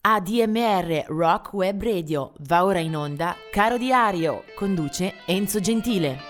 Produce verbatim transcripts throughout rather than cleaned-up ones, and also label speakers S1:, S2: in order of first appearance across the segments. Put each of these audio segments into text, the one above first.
S1: A D M R Rock Web Radio va ora in onda Caro Diario, conduce Enzo Gentile.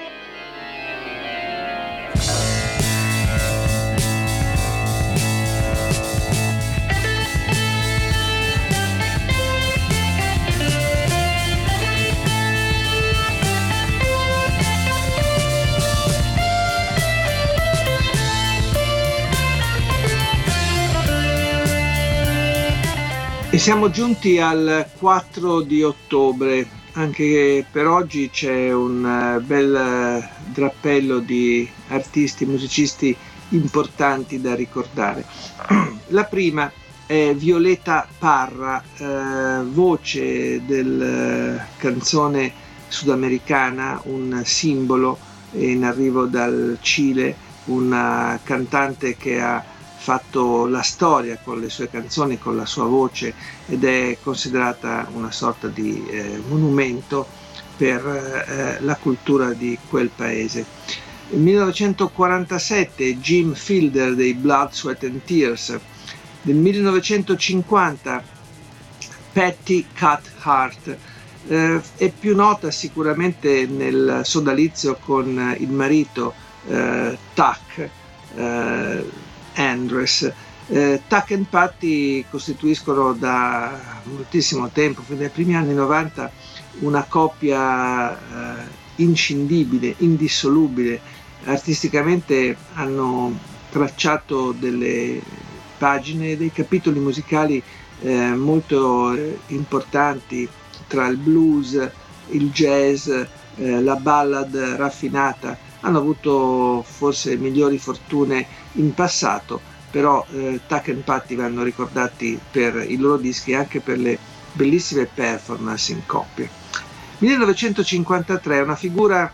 S2: E siamo giunti al quattro di ottobre, anche per oggi c'è un bel drappello di artisti e musicisti importanti da ricordare. La prima è Violeta Parra, eh, voce della canzone sudamericana, un simbolo in arrivo dal Cile, una cantante che ha fatto la storia con le sue canzoni, con la sua voce, ed è considerata una sorta di eh, monumento per eh, la cultura di quel paese. Nel millenovecentoquarantasette Jim Fielder dei Blood, Sweat and Tears. Nel millenovecentocinquanta Patty Cathcart, eh, è più nota sicuramente nel sodalizio con il marito eh, Tuck eh, Andres. Eh, Tuck and Patty costituiscono da moltissimo tempo, fin dai primi anni novanta, una coppia eh, inscindibile, indissolubile. Artisticamente hanno tracciato delle pagine, dei capitoli musicali eh, molto eh, importanti tra il blues, il jazz, eh, la ballad raffinata. Hanno avuto forse migliori fortune in passato, però eh, Tuck and Patty vanno ricordati per i loro dischi e anche per le bellissime performance in coppia. millenovecentocinquantatré è una figura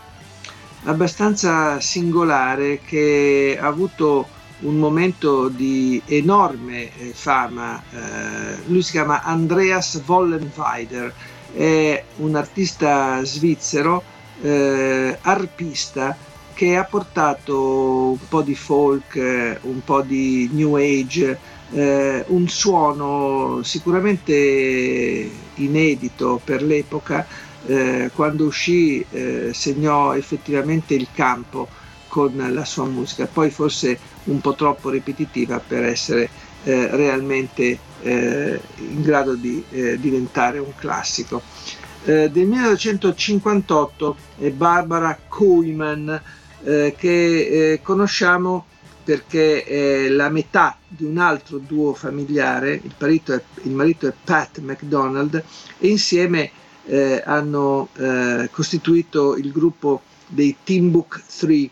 S2: abbastanza singolare che ha avuto un momento di enorme eh, fama. Eh, lui si chiama Andreas Vollenweider, è un artista svizzero, eh, arpista, che ha portato un po' di folk, eh, un po' di new age, eh, un suono sicuramente inedito per l'epoca. Eh, quando uscì eh, segnò effettivamente il campo con la sua musica, poi forse un po' troppo ripetitiva per essere eh, realmente eh, in grado di eh, diventare un classico. Eh, del millenovecentocinquantotto è Barbara Koyman, eh, che eh, conosciamo perché è la metà di un altro duo familiare. Il marito è, il marito è Pat McDonald, e insieme eh, hanno eh, costituito il gruppo dei Timbuk tre,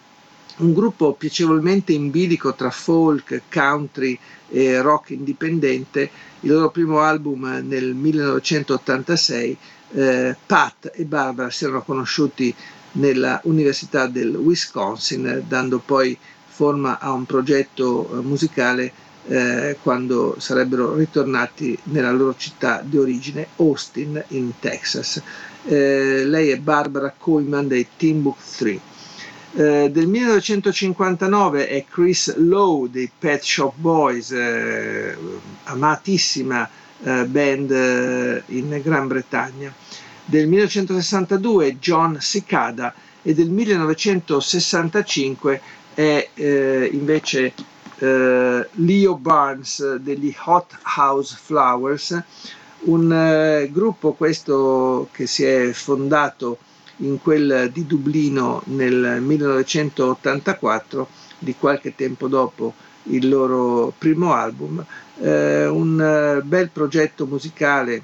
S2: un gruppo piacevolmente in bilico tra folk, country e rock indipendente. Il loro primo album nel millenovecentottantasei, eh, Pat e Barbara si erano conosciuti nella Università del Wisconsin, dando poi forma a un progetto musicale eh, quando sarebbero ritornati nella loro città di origine, Austin in Texas. Eh, lei è Barbara Koyman dei Timbuk tre. Eh, del millenovecentocinquantanove è Chris Lowe dei Pet Shop Boys, eh, amatissima eh, band eh, in Gran Bretagna. Del millenovecentosessantadue John Cicada, e del millenovecentosessantacinque è eh, invece eh, Leo Barnes degli Hot House Flowers, un eh, gruppo questo che si è fondato in quel di Dublino nel millenovecentottantaquattro, di qualche tempo dopo il loro primo album. Eh, un eh, bel progetto musicale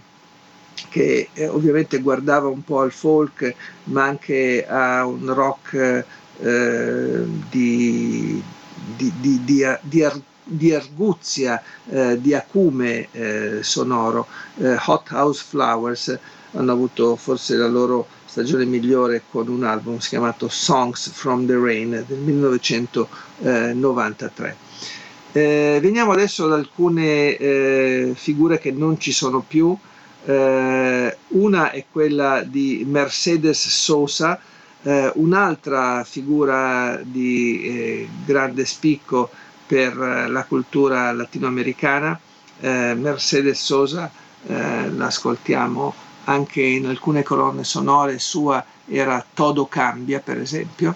S2: che eh, ovviamente guardava un po' al folk, ma anche a un rock eh, di, di, di, di, di, ar, di arguzia, eh, di acume eh, sonoro. Eh, Hot House Flowers hanno avuto forse la loro stagione migliore con un album chiamato Songs from the Rain del millenovecentonovantatré. Eh, veniamo adesso ad alcune eh, figure che non ci sono più. Eh, una è quella di Mercedes Sosa, eh, un'altra figura di eh, grande spicco per la cultura latinoamericana, eh, Mercedes Sosa, eh, l'ascoltiamo anche in alcune colonne sonore, sua era Todo Cambia per esempio.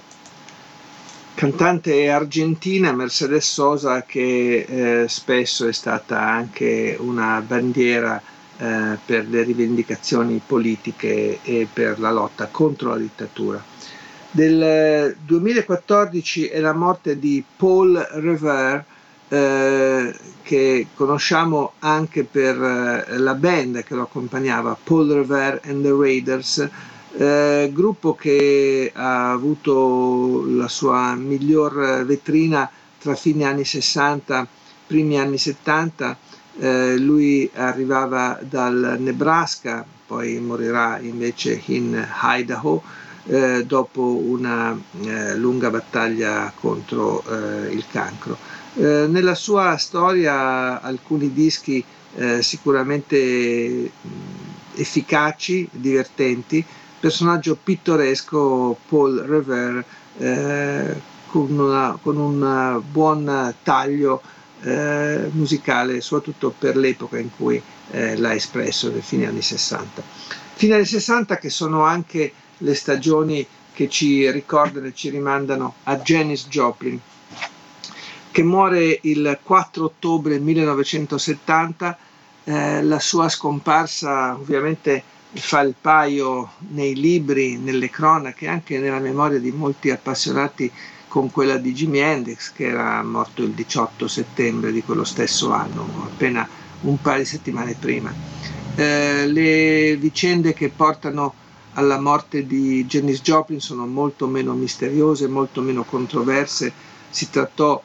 S2: Cantante argentina Mercedes Sosa, che eh, spesso è stata anche una bandiera eh, per le rivendicazioni politiche e per la lotta contro la dittatura. Del duemilaquattordici è la morte di Paul Revere, eh, che conosciamo anche per eh, la band che lo accompagnava, Paul Revere and the Raiders, eh, gruppo che ha avuto la sua miglior vetrina tra fine anni sessanta, primi anni settanta. Eh, lui arrivava dal Nebraska, poi morirà invece in Idaho, eh, dopo una eh, lunga battaglia contro eh, il cancro. Eh, nella sua storia alcuni dischi eh, sicuramente efficaci, divertenti, personaggio pittoresco Paul Revere, eh, con, una, con un buon taglio eh, musicale, soprattutto per l'epoca in cui eh, l'ha espresso, nel fine anni sessanta. Fine anni sessanta che sono anche le stagioni che ci ricordano e ci rimandano a Janis Joplin, che muore il quattro ottobre millenovecentosettanta. Eh, la sua scomparsa ovviamente fa il paio nei libri, nelle cronache, anche nella memoria di molti appassionati con quella di Jimi Hendrix, che era morto il diciotto settembre di quello stesso anno, appena un paio di settimane prima. Eh, le vicende che portano alla morte di Janis Joplin sono molto meno misteriose, molto meno controverse. Si trattò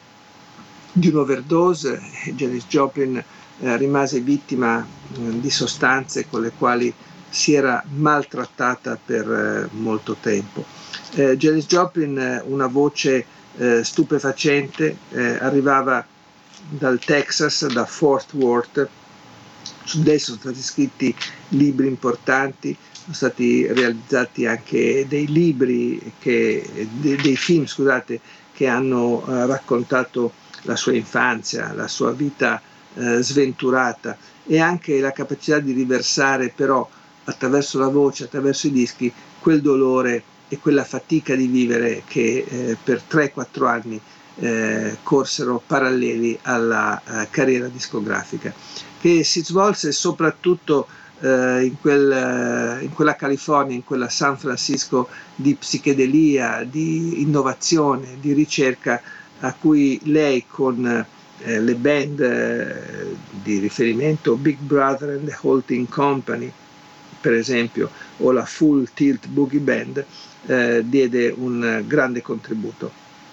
S2: di un'overdose. Janis Joplin eh, rimase vittima eh, di sostanze con le quali si era maltrattata per eh, molto tempo. Eh, Janis Joplin, eh, una voce eh, stupefacente, eh, arrivava dal Texas, da Fort Worth. Su lei sono stati scritti libri importanti, sono stati realizzati anche dei libri, che, dei, dei film, scusate, che hanno eh, raccontato la sua infanzia, la sua vita eh, sventurata, e anche la capacità di riversare però attraverso la voce, attraverso i dischi, quel dolore e quella fatica di vivere che eh, per tre quattro anni eh, corsero paralleli alla eh, carriera discografica, che si svolse soprattutto eh, in, quel, in quella California, in quella San Francisco di psichedelia, di innovazione, di ricerca, a cui lei con eh, le band eh, di riferimento, Big Brother and the Holding Company per esempio, o la Full Tilt Boogie Band, eh, diede un grande contributo.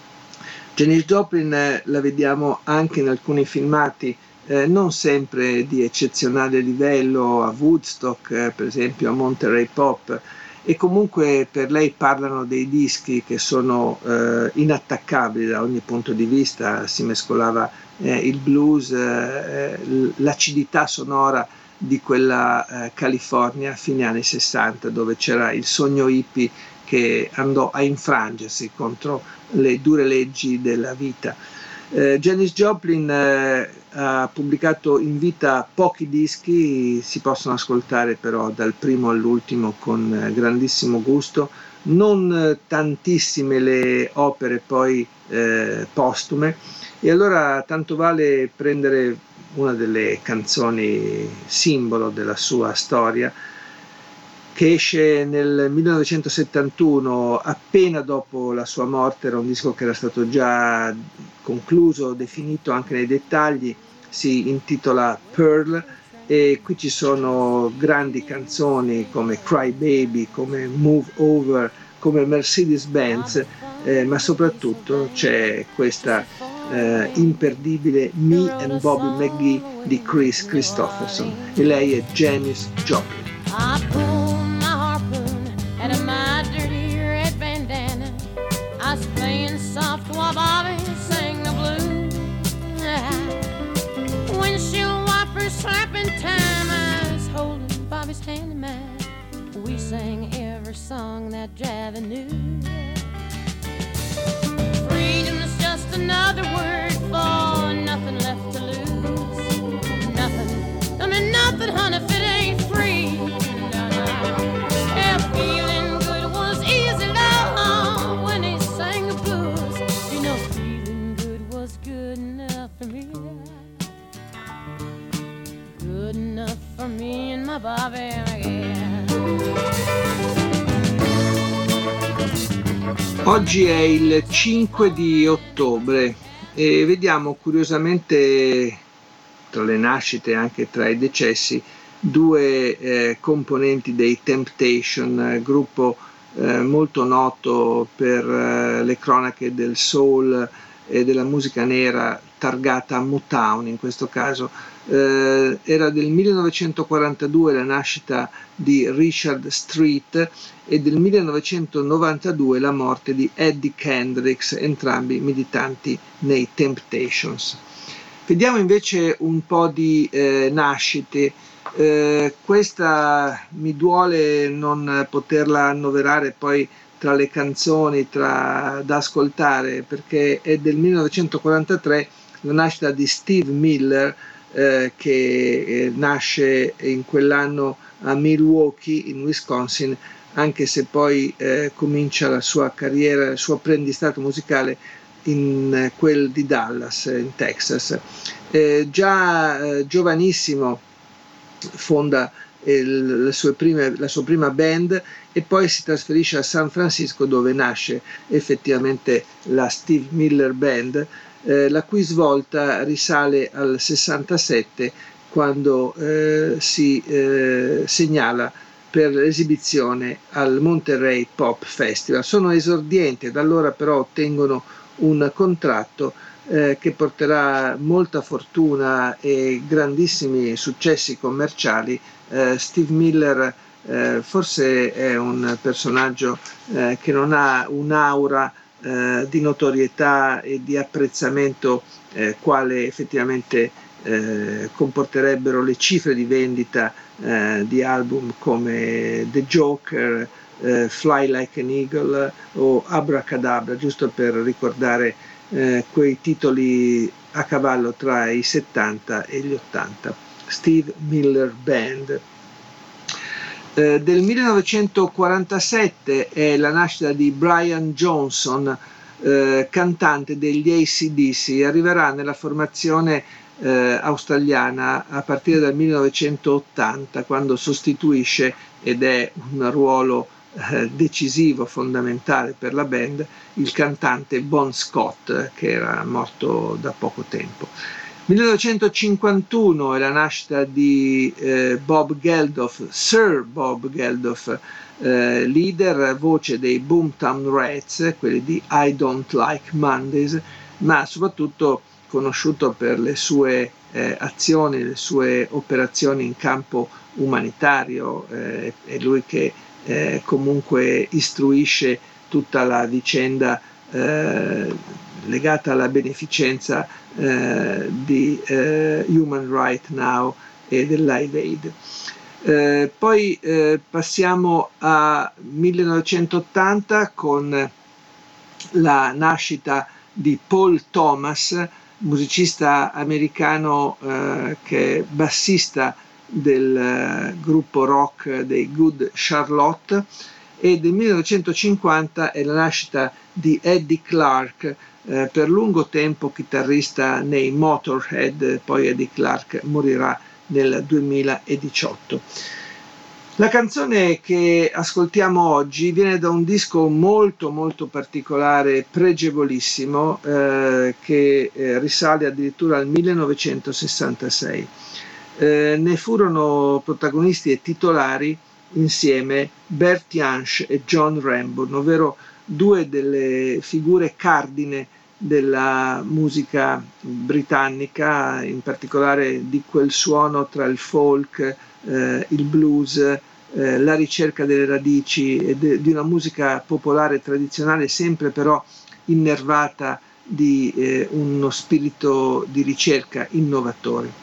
S2: Janis Joplin eh, la vediamo anche in alcuni filmati, eh, non sempre di eccezionale livello, a Woodstock, eh, per esempio a Monterey Pop, e comunque per lei parlano dei dischi che sono eh, inattaccabili da ogni punto di vista. Si mescolava eh, il blues, eh, l'acidità sonora di quella eh, California a fine anni sessanta, dove c'era il sogno hippie che andò a infrangersi contro le dure leggi della vita. Eh, Janis Joplin eh, ha pubblicato in vita pochi dischi, si possono ascoltare però dal primo all'ultimo con eh, grandissimo gusto, non eh, tantissime le opere poi eh, postume, e allora tanto vale prendere una delle canzoni simbolo della sua storia, che esce nel millenovecentosettantuno, appena dopo la sua morte. Era un disco che era stato già concluso, definito anche nei dettagli, si intitola Pearl, e qui ci sono grandi canzoni come Cry Baby, come Move Over, come Mercedes-Benz, eh, ma soprattutto c'è questa eh, imperdibile Me and Bobby McGee di Chris Christopherson, e lei è Janis Joplin.
S3: I pulled my harpoon out of my dirty red bandana. I was playing soft while Bobby sang the blues. Windshield wipers slapping time, I was holding Bobby's hand in mine. We sang every song that Javi knew. Freedom is just another word for nothing left to lose. good enough for me and my Bobby McGee.
S2: Oggi è il cinque di ottobre e vediamo curiosamente tra le nascite e anche tra i decessi due eh, componenti dei Temptation, gruppo eh, molto noto per eh, le cronache del soul e della musica nera targata Motown in questo caso. Eh, era del millenovecentoquarantadue la nascita di Richard Street e del millenovecentonovantadue la morte di Eddie Kendricks, entrambi militanti nei Temptations. Vediamo invece un po' di eh, nascite. Eh, questa mi duole non poterla annoverare poi tra le canzoni tra, da ascoltare, perché è del millenovecentoquarantatré la nascita di Steve Miller, eh, che eh, nasce in quell'anno a Milwaukee in Wisconsin, anche se poi eh, comincia la sua carriera, il suo apprendistato musicale in eh, quel di Dallas, in Texas. Eh, già eh, giovanissimo fonda il, le sue prime, la sua prima band e poi si trasferisce a San Francisco, dove nasce effettivamente la Steve Miller Band, eh, la cui svolta risale al sessantasette, quando eh, si eh, segnala per l'esibizione al Monterey Pop Festival. Sono esordienti, da allora però ottengono un contratto eh, che porterà molta fortuna e grandissimi successi commerciali. Eh, Steve Miller eh, forse è un personaggio eh, che non ha un'aura eh, di notorietà e di apprezzamento eh, quale effettivamente eh, comporterebbero le cifre di vendita eh, di album come The Joker, eh, Fly Like an Eagle o Abracadabra, giusto per ricordare eh, quei titoli a cavallo tra i settanta e gli ottanta. Steve Miller Band. Eh, del millenovecentoquarantasette è la nascita di Brian Johnson, eh, cantante degli A C D C. Arriverà nella formazione eh, australiana a partire dal millenovecentottanta, quando sostituisce, ed è un ruolo eh, decisivo, fondamentale per la band, il cantante Bon Scott, che era morto da poco tempo. millenovecentocinquantuno è la nascita di eh, Bob Geldof, Sir Bob Geldof, eh, leader, voce dei Boomtown Rats, quelli di I Don't Like Mondays, ma soprattutto conosciuto per le sue eh, azioni, le sue operazioni in campo umanitario. Eh, è lui che eh, comunque istruisce tutta la vicenda eh, legata alla beneficenza eh, di eh, Human Right Now e del Live Aid. Eh, poi eh, passiamo a millenovecentottanta con la nascita di Paul Thomas, musicista americano eh, che è bassista del eh, gruppo rock dei Good Charlotte, e del millenovecentocinquanta è la nascita di Eddie Clarke, eh, per lungo tempo chitarrista nei Motorhead. Poi Eddie Clarke morirà nel duemiladiciotto. La canzone che ascoltiamo oggi viene da un disco molto molto particolare, pregevolissimo, eh, che eh, risale addirittura al millenovecentosessantasei. Eh, ne furono protagonisti e titolari insieme Bert Jansch e John Rambo, ovvero due delle figure cardine della musica britannica, in particolare di quel suono tra il folk, eh, il blues, eh, la ricerca delle radici e de- di una musica popolare tradizionale, sempre però innervata di eh, uno spirito di ricerca innovatore.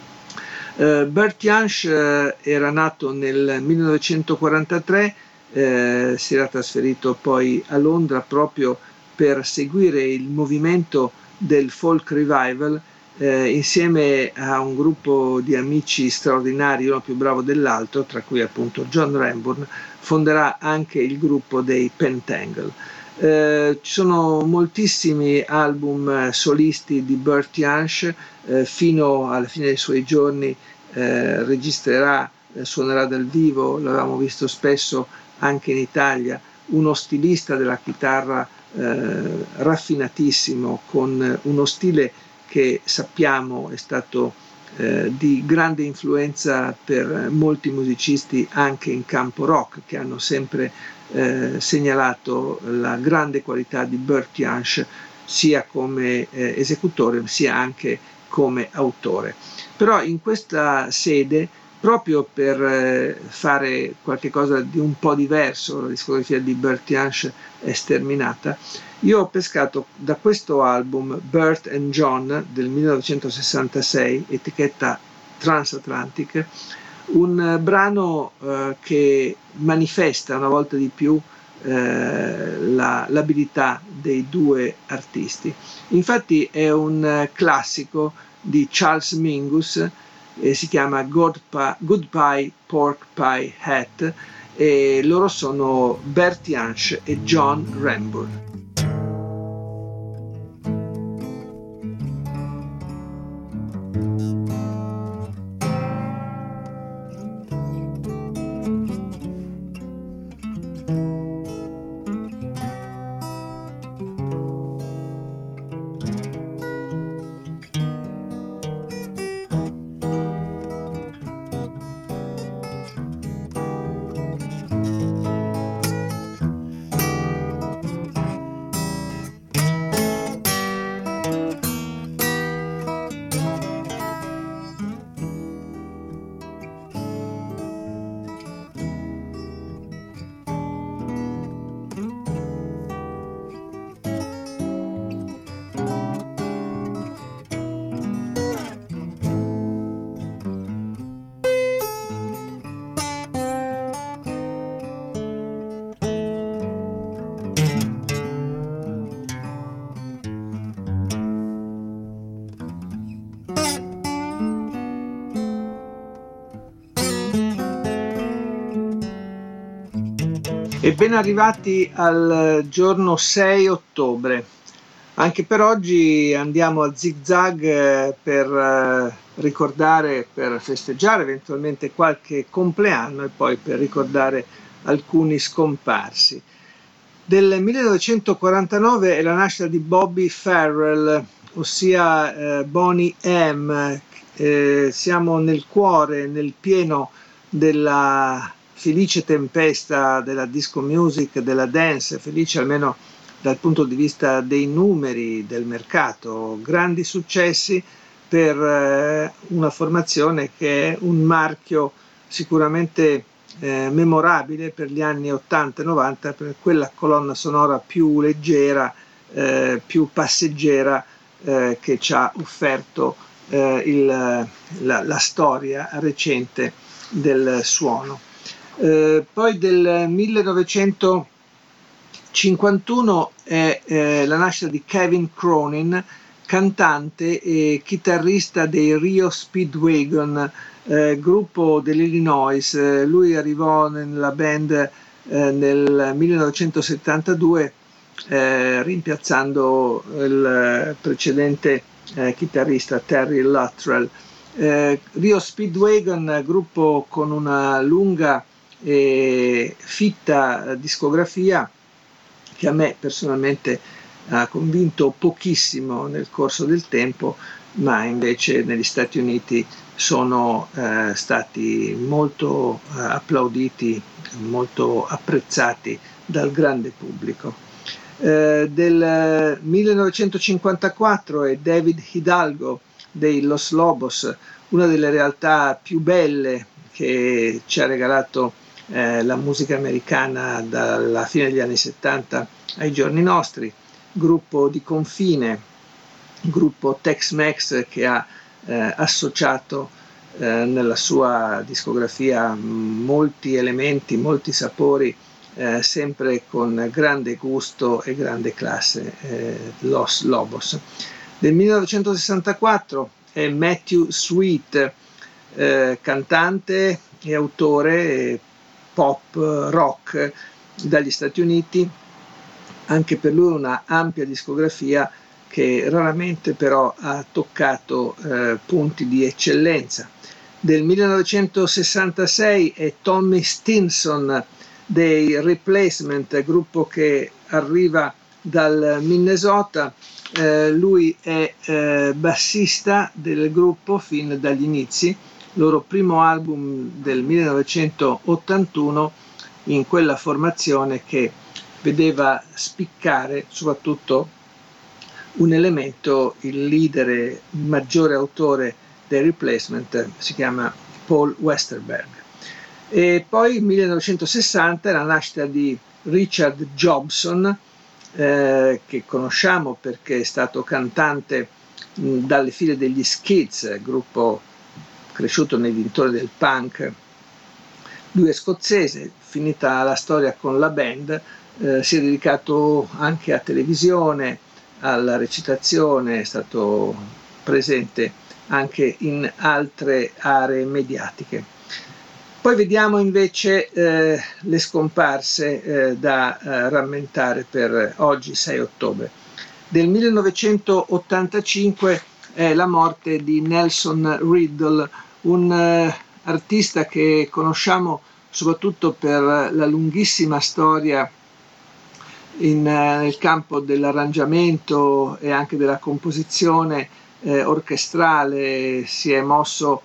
S2: Uh, Bert Jansch uh, era nato nel millenovecentoquarantatré, uh, si era trasferito poi a Londra proprio per seguire il movimento del folk revival, uh, insieme a un gruppo di amici straordinari, uno più bravo dell'altro, tra cui appunto John Ramburn. Fonderà anche il gruppo dei Pentangle. Uh, ci sono moltissimi album solisti di Bert Jansch. Eh, fino alla fine dei suoi giorni eh, registrerà, eh, suonerà dal vivo, l'avevamo visto spesso anche in Italia, uno stilista della chitarra eh, raffinatissimo, con uno stile che sappiamo è stato eh, di grande influenza per molti musicisti anche in campo rock, che hanno sempre eh, segnalato la grande qualità di Bert Jansch sia come eh, esecutore sia anche come autore. Però in questa sede, proprio per eh, fare qualche cosa di un po' diverso, la discografia di Bert Jansch è sterminata, io ho pescato da questo album Bert and John del millenovecentosessantasei, etichetta Transatlantic, un brano eh, che manifesta una volta di più eh, la, l'abilità dei due artisti. Infatti è un classico di Charles Mingus, eh, si chiama Goodbye, Goodbye Pork Pie Hat, e loro sono Bert Jansch e John Renbourn. E ben arrivati al giorno sei ottobre. Anche per oggi andiamo a zigzag per ricordare, per festeggiare eventualmente qualche compleanno e poi per ricordare alcuni scomparsi. Del millenovecentoquarantanove è la nascita di Bobby Farrell, ossia eh, Boney M. Eh, siamo nel cuore, nel pieno della felice tempesta della disco music, della dance, felice almeno dal punto di vista dei numeri del mercato, grandi successi per eh, una formazione che è un marchio sicuramente eh, memorabile per gli anni ottanta e novanta, per quella colonna sonora più leggera, eh, più passeggera eh, che ci ha offerto eh, il, la, la storia recente del suono. Eh, poi del millenovecentocinquantuno è eh, la nascita di Kevin Cronin, cantante e chitarrista dei Rio Speedwagon, eh, gruppo dell'Illinois. Eh, lui arrivò nella band eh, nel millenovecentosettantadue, eh, rimpiazzando il precedente eh, chitarrista Terry Luttrell. Eh, Rio Speedwagon, gruppo con una lunga e fitta discografia che a me personalmente ha convinto pochissimo nel corso del tempo, ma invece negli Stati Uniti sono eh, stati molto eh, applauditi, molto apprezzati dal grande pubblico. Eh, del millenovecentocinquantaquattro è David Hidalgo dei Los Lobos, una delle realtà più belle che ci ha regalato eh, la musica americana dalla fine degli anni settanta ai giorni nostri, gruppo di confine, gruppo Tex-Mex che ha eh, associato eh, nella sua discografia molti elementi, molti sapori, eh, sempre con grande gusto e grande classe, eh, Los Lobos. Del millenovecentosessantaquattro è Matthew Sweet, eh, cantante e autore pop rock dagli Stati Uniti, anche per lui una ampia discografia che raramente però ha toccato eh, punti di eccellenza. Del millenovecentosessantasei è Tommy Stinson dei Replacement, gruppo che arriva dal Minnesota. Eh, lui è eh, bassista del gruppo fin dagli inizi. Loro primo album del millenovecentottantuno, in quella formazione che vedeva spiccare soprattutto un elemento, il leader e maggiore autore dei Replacement, si chiama Paul Westerberg. E poi millenovecentosessanta, la nascita di Richard Jobson, eh, che conosciamo perché è stato cantante mh, dalle file degli Skids, gruppo cresciuto nei dintorni del punk. Lui è scozzese, finita la storia con la band, eh, si è dedicato anche a televisione, alla recitazione, è stato presente anche in altre aree mediatiche. Poi vediamo invece eh, le scomparse eh, da eh, rammentare per oggi, sei ottobre. Del millenovecentottantacinque è la morte di Nelson Riddle, un eh, artista che conosciamo soprattutto per la lunghissima storia in, eh, nel campo dell'arrangiamento e anche della composizione eh, orchestrale. Si è mosso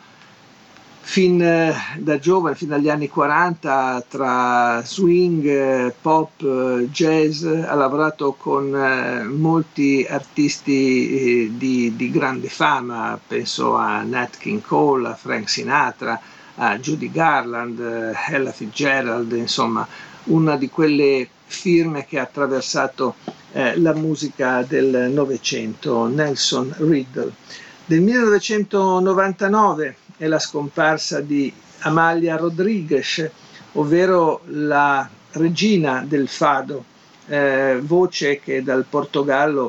S2: fin eh, da giovane, fin dagli anni quaranta, tra swing, eh, pop, eh, jazz. Ha lavorato con eh, molti artisti eh, di, di grande fama, penso a Nat King Cole, a Frank Sinatra, a Judy Garland, eh, Ella Fitzgerald, insomma una di quelle firme che ha attraversato eh, la musica del Novecento. Nelson Riddle. Del millenovecentonovantanove è la scomparsa di Amalia Rodriguez, ovvero la regina del fado, eh, voce che dal Portogallo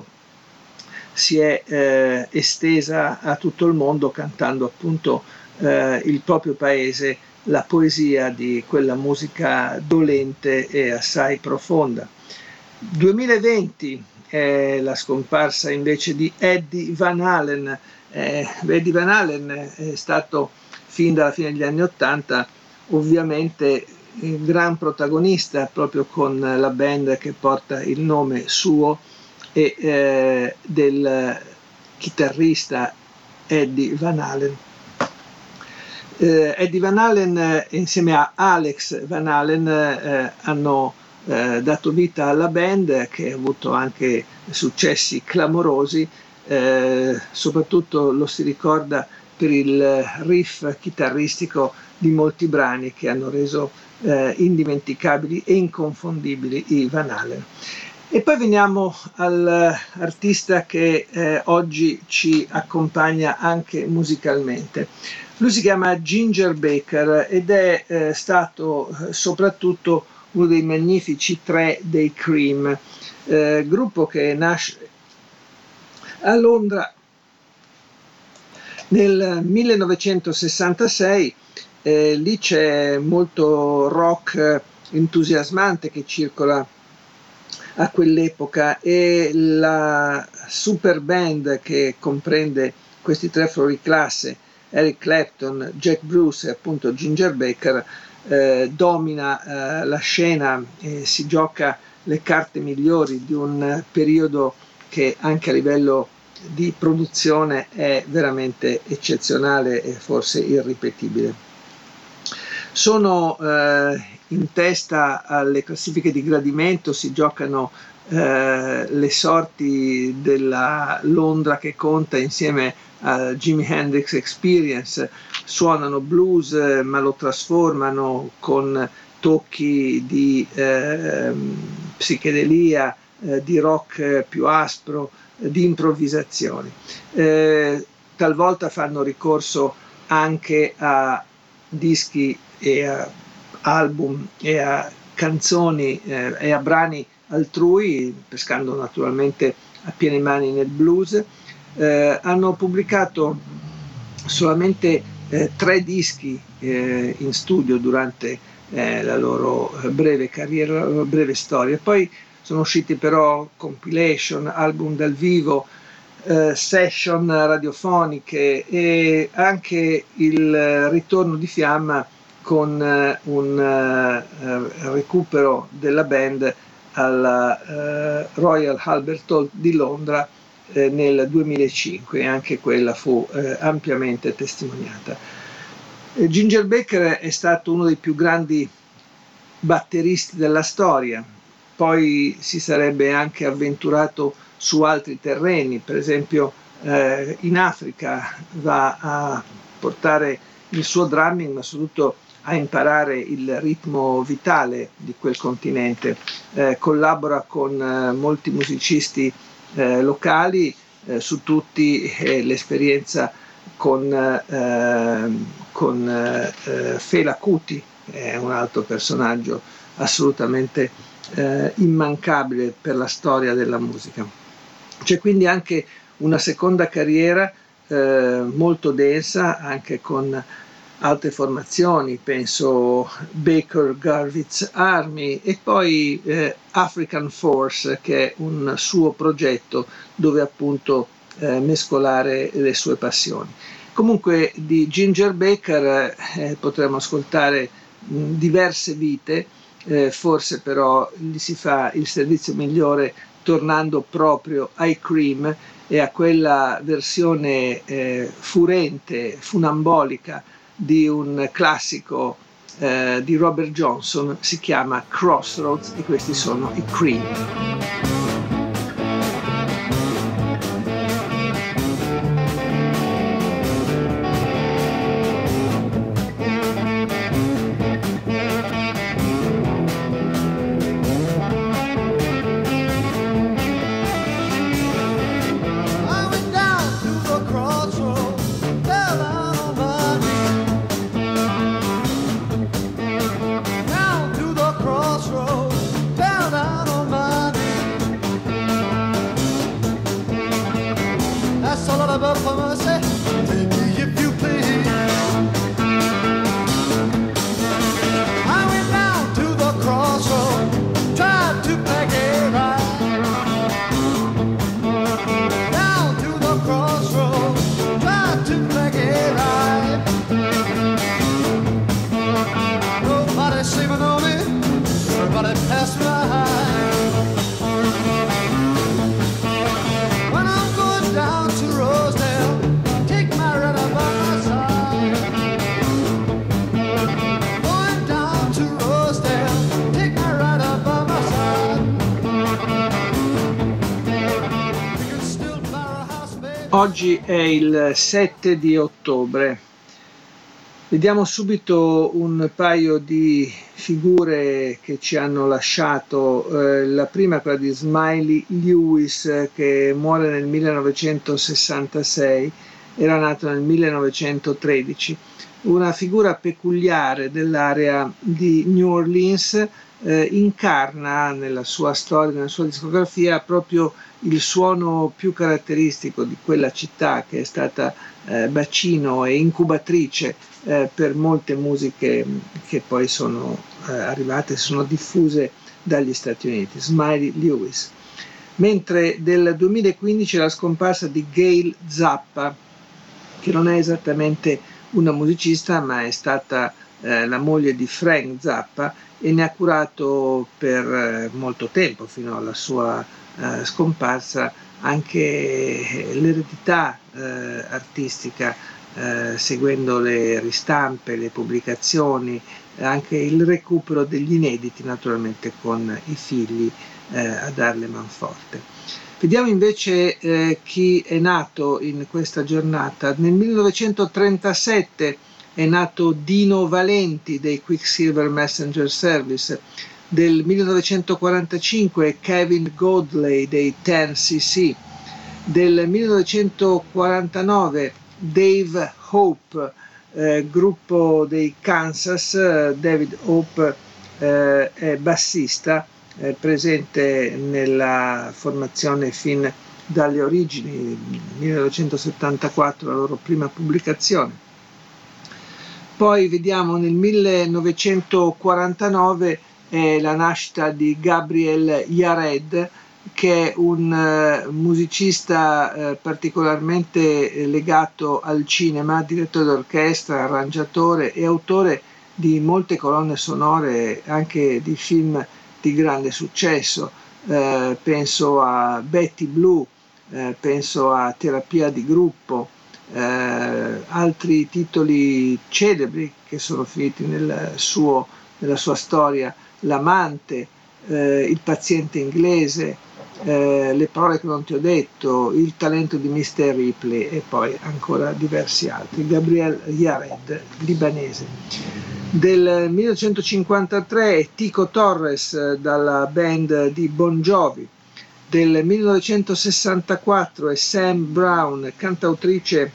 S2: si è eh, estesa a tutto il mondo, cantando appunto eh, il proprio paese, la poesia di quella musica dolente e assai profonda. duemilaventi è la scomparsa invece di Eddie Van Halen. Eh, Eddie Van Halen è stato fin dalla fine degli anni Ottanta ovviamente il gran protagonista, proprio con la band che porta il nome suo e eh, del chitarrista Eddie Van Halen. Eh, Eddie Van Halen eh, insieme a Alex Van Halen eh, hanno eh, dato vita alla band, che ha avuto anche successi clamorosi. Eh, soprattutto lo si ricorda per il riff chitarristico di molti brani che hanno reso eh, indimenticabili e inconfondibili i Van Halen. E poi veniamo all'artista che eh, oggi ci accompagna anche musicalmente. Lui si chiama Ginger Baker ed è eh, stato eh, soprattutto uno dei magnifici tre dei Cream, eh, gruppo che nasce a Londra nel millenovecentosessantasei. Eh, lì c'è molto rock entusiasmante che circola a quell'epoca e la super band che comprende questi tre fuori classe, Eric Clapton, Jack Bruce e appunto Ginger Baker, eh, domina eh, la scena e si gioca le carte migliori di un periodo che anche a livello di produzione è veramente eccezionale e forse irripetibile. Sono eh, in testa alle classifiche di gradimento, si giocano eh, le sorti della Londra che conta insieme a Jimi Hendrix Experience, suonano blues ma lo trasformano con tocchi di eh, psichedelia, eh, di rock più aspro, eh, di improvvisazioni. Eh, talvolta fanno ricorso anche a dischi e a album e a canzoni eh, e a brani altrui, pescando naturalmente a piene mani nel blues. Eh, hanno pubblicato solamente eh, tre dischi eh, in studio durante eh, la loro breve carriera, la loro breve storia. Poi sono usciti però compilation, album dal vivo, eh, session radiofoniche e anche il ritorno di fiamma con eh, un eh, recupero della band alla eh, Royal Albert Hall di Londra eh, nel duemilacinque, e anche quella fu eh, ampiamente testimoniata. Eh, Ginger Baker è stato uno dei più grandi batteristi della storia, poi si sarebbe anche avventurato su altri terreni, per esempio eh, in Africa va a portare il suo drumming, ma soprattutto a imparare il ritmo vitale di quel continente, eh, collabora con eh, molti musicisti eh, locali, eh, su tutti eh, l'esperienza con, eh, con eh, Fela Kuti, è un altro personaggio assolutamente eh, immancabile per la storia della musica. C'è quindi anche una seconda carriera eh, molto densa, anche con altre formazioni, penso Baker Gurvitz Army e poi eh, African Force, che è un suo progetto dove appunto eh, mescolare le sue passioni. Comunque di Ginger Baker eh, potremo ascoltare mh, diverse vite, eh, forse però gli si fa il servizio migliore tornando proprio ai Cream e a quella versione eh, furente, funambolica di un classico eh, di Robert Johnson, si chiama Crossroads, e questi sono i Cream. Oggi è il sette di ottobre. Vediamo subito un paio di figure che ci hanno lasciato. Eh, la prima è quella di Smiley Lewis, che muore nel millenovecentosessantasei, era nato nel millenovecentotredici. Una figura peculiare dell'area di New Orleans, eh, incarna nella sua storia, nella sua discografia, proprio il suono più caratteristico di quella città, che è stata eh, bacino e incubatrice eh, per molte musiche che poi sono eh, arrivate, sono diffuse dagli Stati Uniti. Smiley Lewis. Mentre del duemilaquindici la scomparsa di Gail Zappa, che non è esattamente una musicista, ma è stata eh, la moglie di Frank Zappa e ne ha curato per eh, molto tempo, fino alla sua eh, scomparsa, anche l'eredità eh, artistica, eh, seguendo le ristampe, le pubblicazioni, anche il recupero degli inediti, naturalmente con i figli eh, a darle manforte. Vediamo invece eh, chi è nato in questa giornata. Nel millenovecentotrentasette è nato Dino Valenti dei Quicksilver Messenger Service. Del millenovecentoquarantacinque Kevin Godley dei ten C C. Del millenovecentoquarantanove Dave Hope, eh, gruppo dei Kansas. David Hope eh, è bassista, eh, presente nella formazione fin dalle origini, millenovecentosettantaquattro la loro prima pubblicazione. Poi vediamo nel millenovecentoquarantanove è la nascita di Gabriel Yared, che è un uh, musicista uh, particolarmente legato al cinema, direttore d'orchestra, arrangiatore e autore di molte colonne sonore anche di film di grande successo. Uh, penso a Betty Blue, uh, penso a Terapia di gruppo, uh, altri titoli celebri che sono finiti nel suo, nella sua storia, L'amante, uh, Il paziente inglese, Eh, Le parole che non ti ho detto, Il talento di mister Ripley e poi ancora diversi altri. Gabriel Yared, libanese. Del millenovecentocinquantatré è Tico Torres dalla band di Bon Jovi. Del millenovecentosessantaquattro è Sam Brown, cantautrice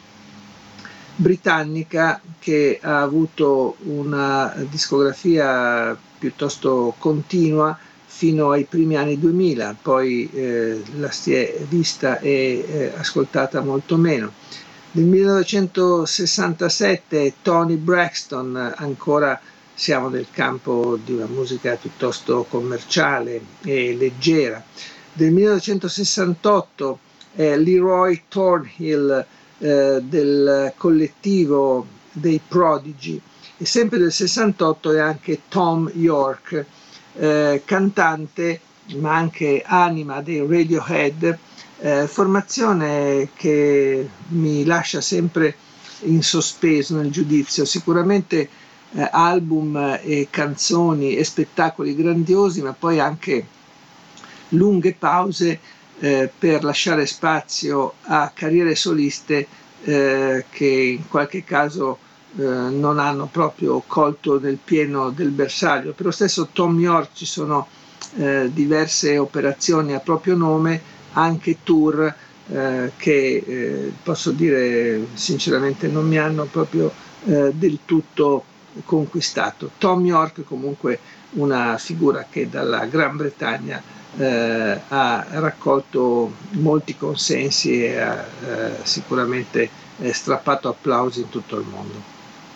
S2: britannica che ha avuto una discografia piuttosto continua fino ai primi anni duemila, poi eh, la si è vista e eh, ascoltata molto meno. Nel millenovecentosessantasette Tony Braxton, ancora siamo nel campo di una musica piuttosto commerciale e leggera. Del millenovecentosessantotto eh, Leroy Thornhill eh, del collettivo dei Prodigy, e sempre del sessantotto è anche Tom York, Eh, cantante ma anche anima dei Radiohead, eh, formazione che mi lascia sempre in sospeso nel giudizio. Sicuramente eh, album e canzoni e spettacoli grandiosi, ma poi anche lunghe pause eh, per lasciare spazio a carriere soliste eh, che in qualche caso Eh, non hanno proprio colto nel pieno del bersaglio. Per lo stesso Tom York ci sono eh, diverse operazioni a proprio nome, anche tour eh, che eh, posso dire sinceramente non mi hanno proprio eh, del tutto conquistato. Tom York comunque una figura che dalla Gran Bretagna eh, ha raccolto molti consensi e ha eh, sicuramente eh, strappato applausi in tutto il mondo.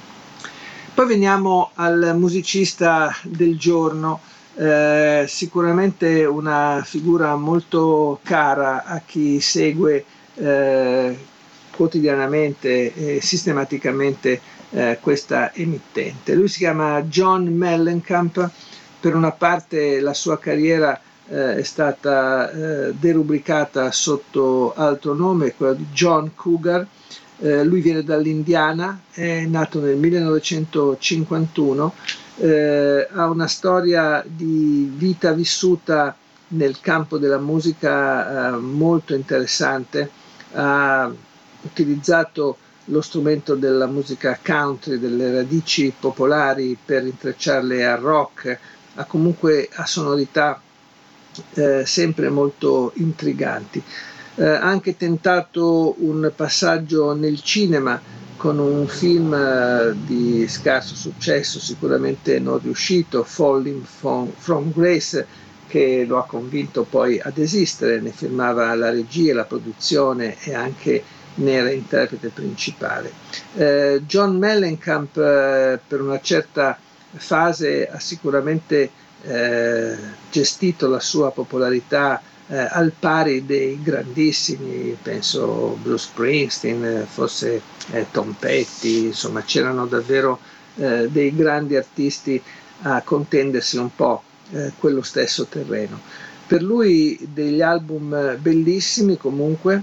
S2: Poi veniamo al musicista del giorno, eh, sicuramente una figura molto cara a chi segue eh, quotidianamente e sistematicamente eh, questa emittente. Lui si chiama John Mellencamp. Per una parte la sua carriera eh, è stata eh, derubricata sotto altro nome, quello di John Cougar. Eh, lui viene dall'Indiana, è nato nel millenovecentocinquantuno, eh, ha una storia di vita vissuta nel campo della musica eh, molto interessante. Ha utilizzato lo strumento della musica country, delle radici popolari, per intrecciarle al rock, ha comunque ha sonorità eh, sempre molto intriganti. Ha eh, anche tentato un passaggio nel cinema con un film eh, di scarso successo, sicuramente non riuscito, Falling from, from Grace, che lo ha convinto poi a desistere. Ne firmava la regia, la produzione e anche ne era interprete principale. Eh, John Mellencamp eh, per una certa fase ha sicuramente eh, gestito la sua popolarità eh, al pari dei grandissimi, penso Bruce Springsteen, forse eh, Tom Petty, insomma c'erano davvero eh, dei grandi artisti a contendersi un po' eh, quello stesso terreno. Per lui degli album bellissimi comunque,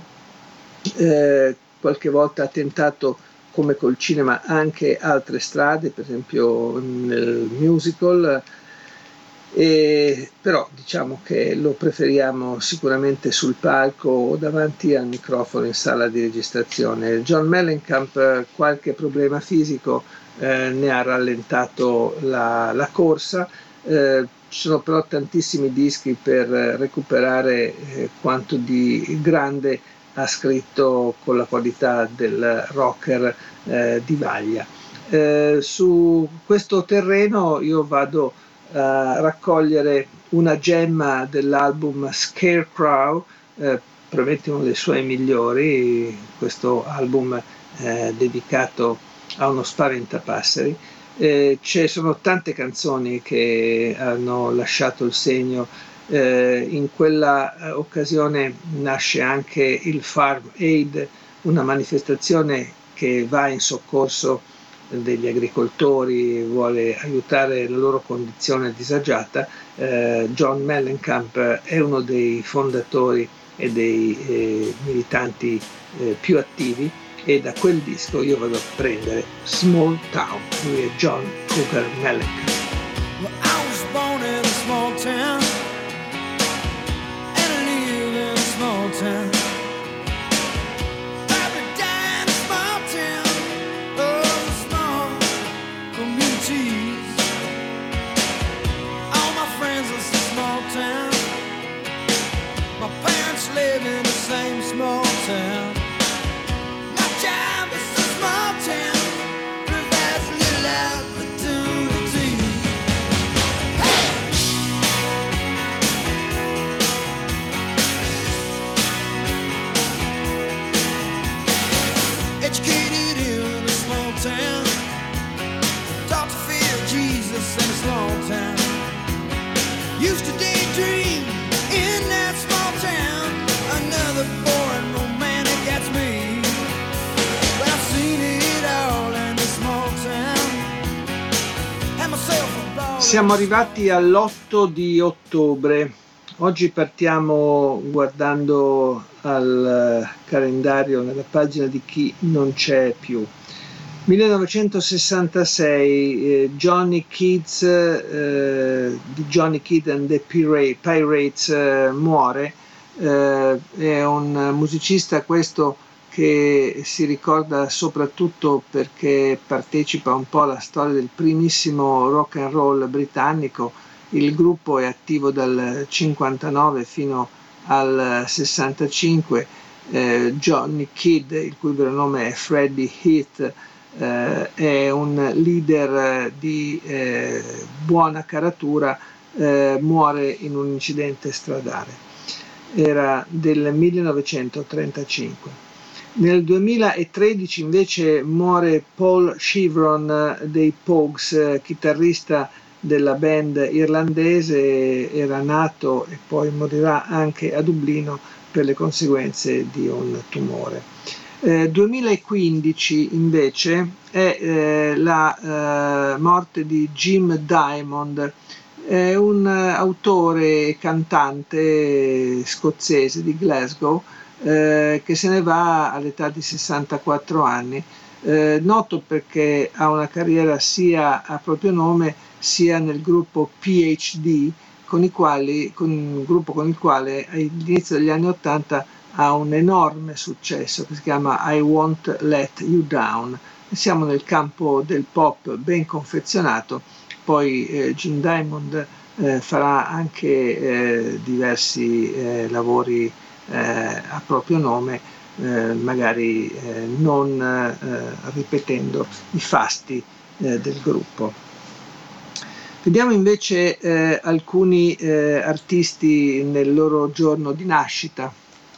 S2: eh, qualche volta ha tentato, come col cinema, anche altre strade, per esempio nel musical, e, però diciamo che lo preferiamo sicuramente sul palco o davanti al microfono in sala di registrazione. John Mellencamp qualche problema fisico eh, ne ha rallentato la, la corsa, eh, ci sono però tantissimi dischi per recuperare eh, quanto di grande ha scritto con la qualità del rocker eh, di vaglia. Eh, su questo terreno io vado a raccogliere una gemma dell'album Scarecrow, eh, probabilmente uno dei suoi migliori, questo album eh, dedicato a uno spaventapasseri. Eh, ci sono tante canzoni che hanno lasciato il segno Eh, in quella eh, occasione nasce anche il Farm Aid, una manifestazione che va in soccorso degli agricoltori, vuole aiutare la loro condizione disagiata. Eh, John Mellencamp è uno dei fondatori e dei eh, militanti eh, più attivi, e da quel disco io vado a prendere Small Town. Lui è John Cougar Mellencamp.
S4: Well, I was born in a small town and I live in a small town. Probably die in a small town. Oh, small communities. All my friends live in a small town. My parents live in the same small town. My job is a small town. Provides a little opportunity. Educated in a small town, taught to fear Jesus in a small town. Used to daydream in that small town. Another boring romantic gets me. But I've seen it all in a small town. Had myself a ball.
S2: Siamo arrivati all'otto di ottobre. Oggi partiamo guardando al calendario nella pagina di chi non c'è più. millenovecentosessantasei, eh, Johnny Kidd, eh, di Johnny Kidd and the Pira- Pirates, eh, muore. Eh, è un musicista questo che si ricorda soprattutto perché partecipa un po' alla storia del primissimo rock and roll britannico. Il gruppo è attivo dal cinquantanove fino al sessantacinque. Eh, Johnny Kidd, il cui vero nome è Freddie Heath, eh, è un leader di eh, buona caratura, eh, muore in un incidente stradale. Era del millenovecentotrentacinque. Nel duemilatredici invece muore Paul Chevron dei Pogues, chitarrista della band irlandese. Era nato e poi morirà anche a Dublino per le conseguenze di un tumore. Eh, duemilaquindici invece è eh, la eh, morte di Jim Diamond, è un autore e cantante scozzese di Glasgow, eh, che se ne va all'età di sessantaquattro anni, eh, noto perché ha una carriera sia a proprio nome sia nel gruppo P H D, con i quali, con un gruppo con il quale all'inizio degli anni ottanta ha un enorme successo che si chiama I Won't Let You Down. Siamo nel campo del pop ben confezionato. Poi eh, Jim Diamond eh, farà anche eh, diversi eh, lavori eh, a proprio nome, eh, magari eh, non eh, ripetendo i fasti eh, del gruppo. Vediamo invece eh, alcuni eh, artisti nel loro giorno di nascita.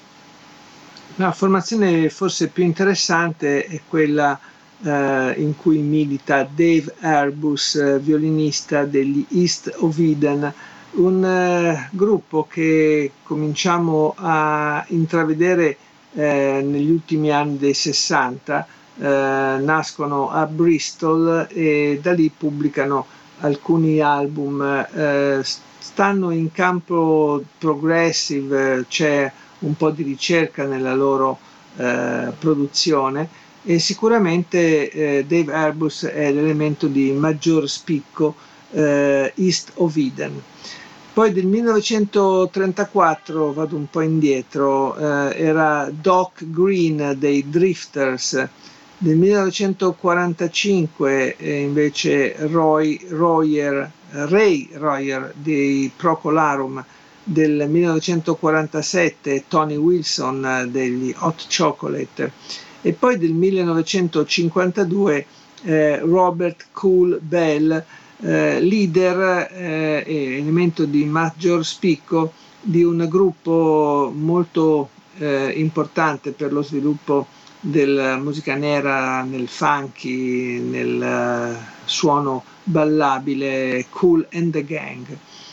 S2: La formazione forse più interessante è quella Uh, in cui milita Dave Airbus, uh, violinista degli East of Eden, un uh, gruppo che cominciamo a intravedere uh, negli ultimi anni dei sessanta. Uh, nascono a Bristol e da lì pubblicano alcuni album, uh, stanno in campo progressive, c'è un po' di ricerca nella loro uh, produzione. E sicuramente eh, Dave Airbus è l'elemento di maggior spicco, eh, East of Eden. Poi del millenovecentotrentaquattro, vado un po' indietro, eh, era Doc Green dei Drifters. Del millenovecentoquarantacinque eh, invece Roy Royer, Ray Royer dei Procolarum. Del millenovecentoquarantasette Tony Wilson degli Hot Chocolate. E poi del millenovecentocinquantadue eh, Robert Cool Bell, eh, leader eh, e elemento di maggior spicco di un gruppo molto eh, importante per lo sviluppo della musica nera, nel funky, nel uh, suono ballabile, Kool and the Gang.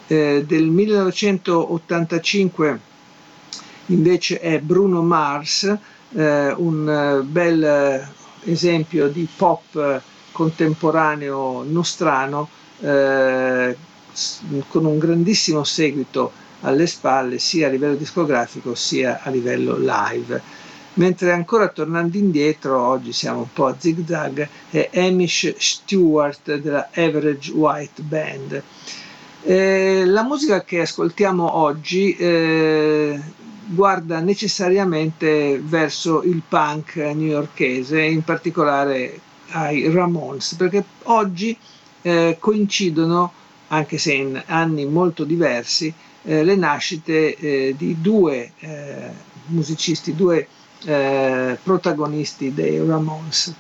S2: Eh, del millenovecentottantacinque invece è Bruno Mars, eh, un bel esempio di pop contemporaneo nostrano, eh, con un grandissimo seguito alle spalle sia a livello discografico sia a livello live. Mentre ancora tornando indietro, oggi siamo un po' a zigzag, è Hamish Stewart della Average White Band. Eh, la musica che ascoltiamo oggi eh, guarda necessariamente verso il punk newyorkese, in particolare ai Ramones, perché oggi eh, coincidono, anche se in anni molto diversi, eh, le nascite eh, di due eh, musicisti, due eh, protagonisti dei Ramones.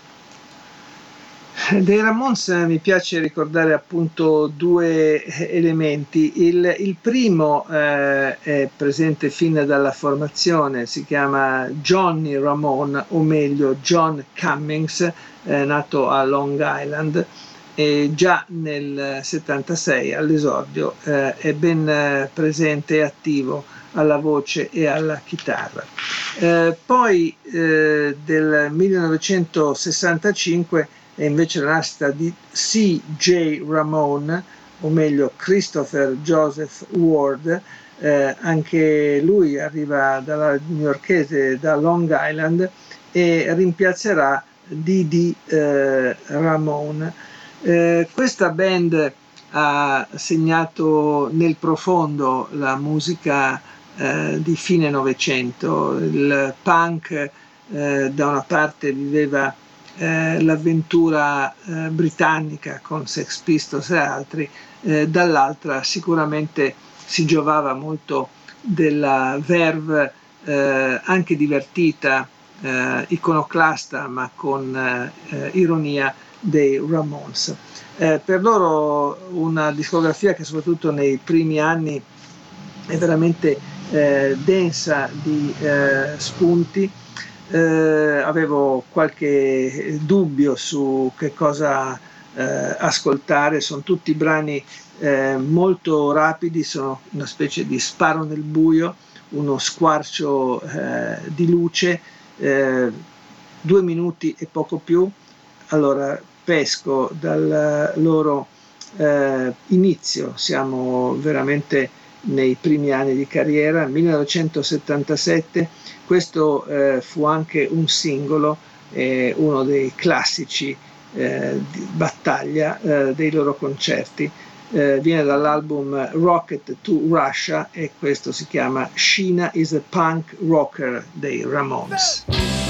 S2: Dei Ramones mi piace ricordare appunto due elementi. Il, il primo eh, è presente fin dalla formazione, si chiama Johnny Ramone, o meglio John Cummings, eh, nato a Long Island, e già nel settantasei all'esordio eh, è ben eh, presente e attivo alla voce e alla chitarra. Eh, poi eh, del millenovecentosessantacinque è invece la nascita di C J Ramone, o meglio Christopher Joseph Ward, eh, anche lui arriva dalla newyorkese, da Long Island, e rimpiazzerà Didi eh, Ramone. Eh, questa band ha segnato nel profondo la musica eh, di fine Novecento. Il punk eh, da una parte viveva Eh, l'avventura eh, britannica con Sex Pistols e altri, eh, dall'altra sicuramente si giovava molto della verve eh, anche divertita, eh, iconoclasta ma con eh, ironia dei Ramones. Eh, per loro una discografia che soprattutto nei primi anni è veramente eh, densa di eh, spunti. Eh, avevo qualche dubbio su che cosa eh, ascoltare, sono tutti brani eh, molto rapidi, sono una specie di sparo nel buio, uno squarcio eh, di luce, eh, due minuti e poco più. Allora pesco dal loro eh, inizio, siamo veramente nei primi anni di carriera, millenovecentosettantasette. Questo eh, fu anche un singolo, eh, uno dei classici eh, di battaglia eh, dei loro concerti. Eh, viene dall'album Rocket to Russia e questo si chiama Sheena is a Punk Rocker dei Ramones.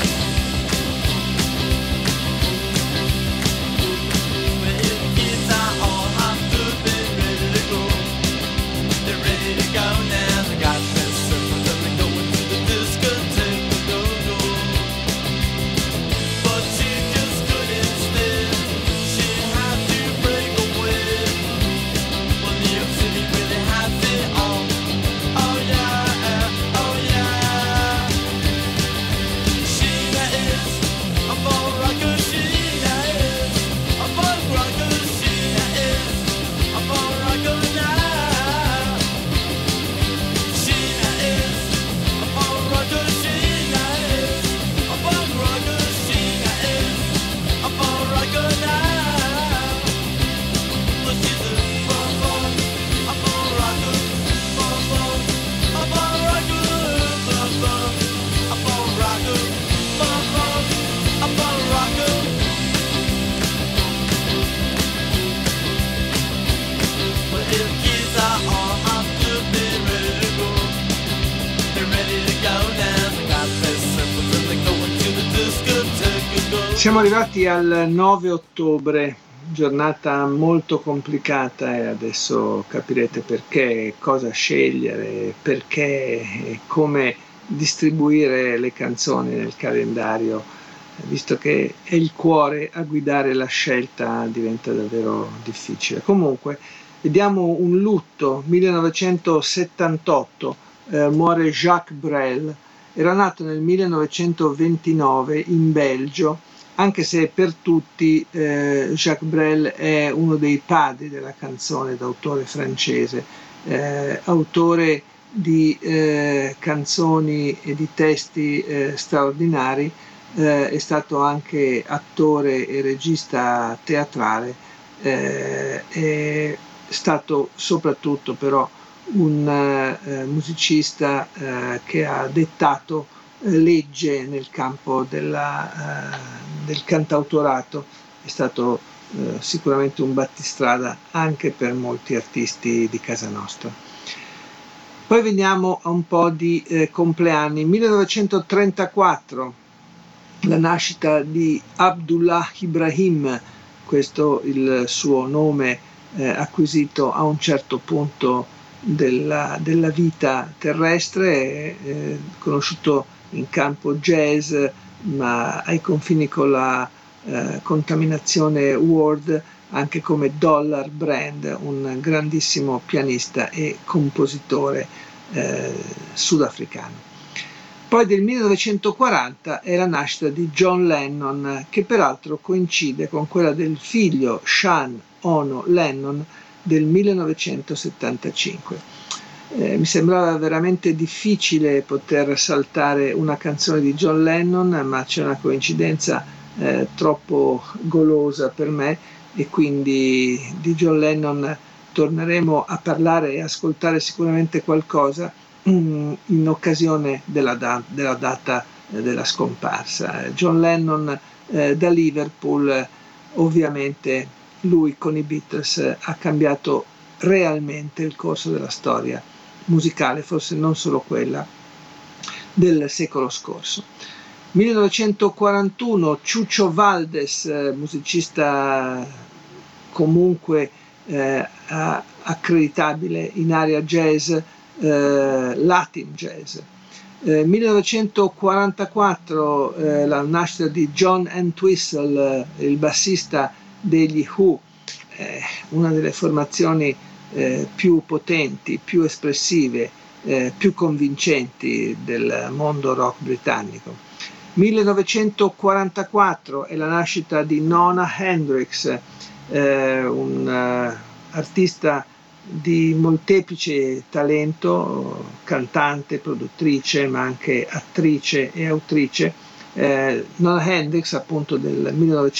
S2: Siamo arrivati al nove ottobre, giornata molto complicata e adesso capirete perché, cosa scegliere, perché e come distribuire le canzoni nel calendario, visto che è il cuore a guidare la scelta, diventa davvero difficile. Comunque, vediamo un lutto. millenovecentosettantotto, eh, muore Jacques Brel, era nato nel millenovecentoventinove in Belgio, anche se per tutti eh, Jacques Brel è uno dei padri della canzone d'autore francese. eh, autore di eh, canzoni e di testi eh, straordinari, eh, è stato anche attore e regista teatrale, eh, è stato soprattutto però un eh, musicista eh, che ha dettato eh, legge nel campo della, eh, del cantautorato, è stato eh, sicuramente un battistrada anche per molti artisti di casa nostra. Poi veniamo a un po' di eh, compleanni. millenovecentotrentaquattro, la nascita di Abdullah Ibrahim, questo il suo nome eh, acquisito a un certo punto della, della vita terrestre, eh, conosciuto in campo jazz, ma ai confini con la eh, contaminazione world, anche come Dollar Brand, un grandissimo pianista e compositore eh, sudafricano. Poi del millenovecentoquaranta è la nascita di John Lennon, che peraltro coincide con quella del figlio Sean Ono Lennon del millenovecentosettantacinque. Eh, mi sembrava veramente difficile poter saltare una canzone di John Lennon, ma c'è una coincidenza eh, troppo golosa per me, e quindi di John Lennon torneremo a parlare e ascoltare sicuramente qualcosa in occasione della, da- della data eh, della scomparsa. John Lennon eh, da Liverpool, eh, ovviamente lui con i Beatles eh, ha cambiato realmente il corso della storia musicale, forse non solo quella del secolo scorso. millenovecentoquarantuno, Chucho Valdés, eh, musicista comunque eh, accreditabile in area jazz, eh, Latin jazz. Eh, millenovecentoquarantaquattro, eh, la nascita di John Entwistle, eh, il bassista degli Who, eh, una delle formazioni eh, più potenti, più espressive, eh, più convincenti del mondo rock britannico. millenovecentoquarantaquattro è la nascita di Nona Hendrix, eh, un uh, artista di molteplice talento, cantante, produttrice, ma anche attrice e autrice. Eh, Nona Hendrix, appunto, del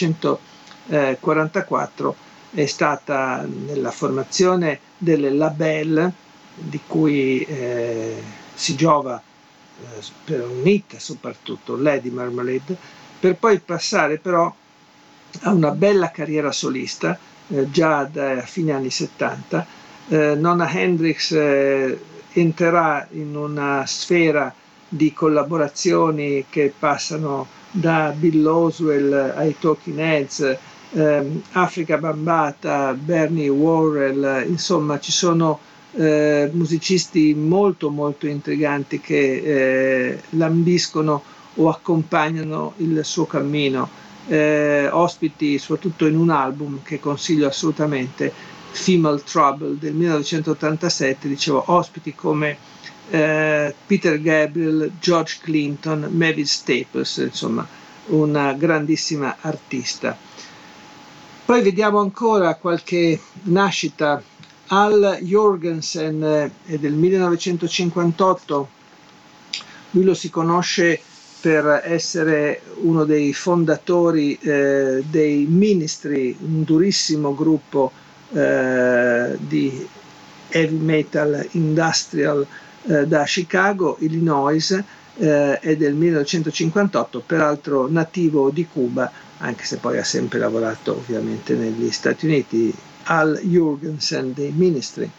S2: millenovecentoquarantaquattro, è stata nella formazione delle label, di cui eh, si giova eh, per un hit, soprattutto Lady Marmalade, per poi passare però a una bella carriera solista eh, già da fine anni settanta. Eh, Nona Hendrix eh, entrerà in una sfera di collaborazioni che passano da Bill Laswell ai Talking Heads, ehm, Africa Bambata, Bernie Worrell, insomma ci sono eh, musicisti molto molto intriganti che eh, lambiscono o accompagnano il suo cammino. Eh, ospiti soprattutto in un album che consiglio assolutamente, Female Trouble del millenovecentottantasette, dicevo, ospiti come eh, Peter Gabriel, George Clinton, Mavis Staples, insomma una grandissima artista. Poi vediamo ancora qualche nascita. Al Jorgensen eh, è del millenovecentocinquantotto, lui lo si conosce per essere uno dei fondatori eh, dei Ministry, un durissimo gruppo eh, di heavy metal industrial eh, da Chicago, Illinois, eh, è del millenovecentocinquantotto, peraltro nativo di Cuba, anche se poi ha sempre lavorato ovviamente negli Stati Uniti. Al Jorgensen dei Ministry.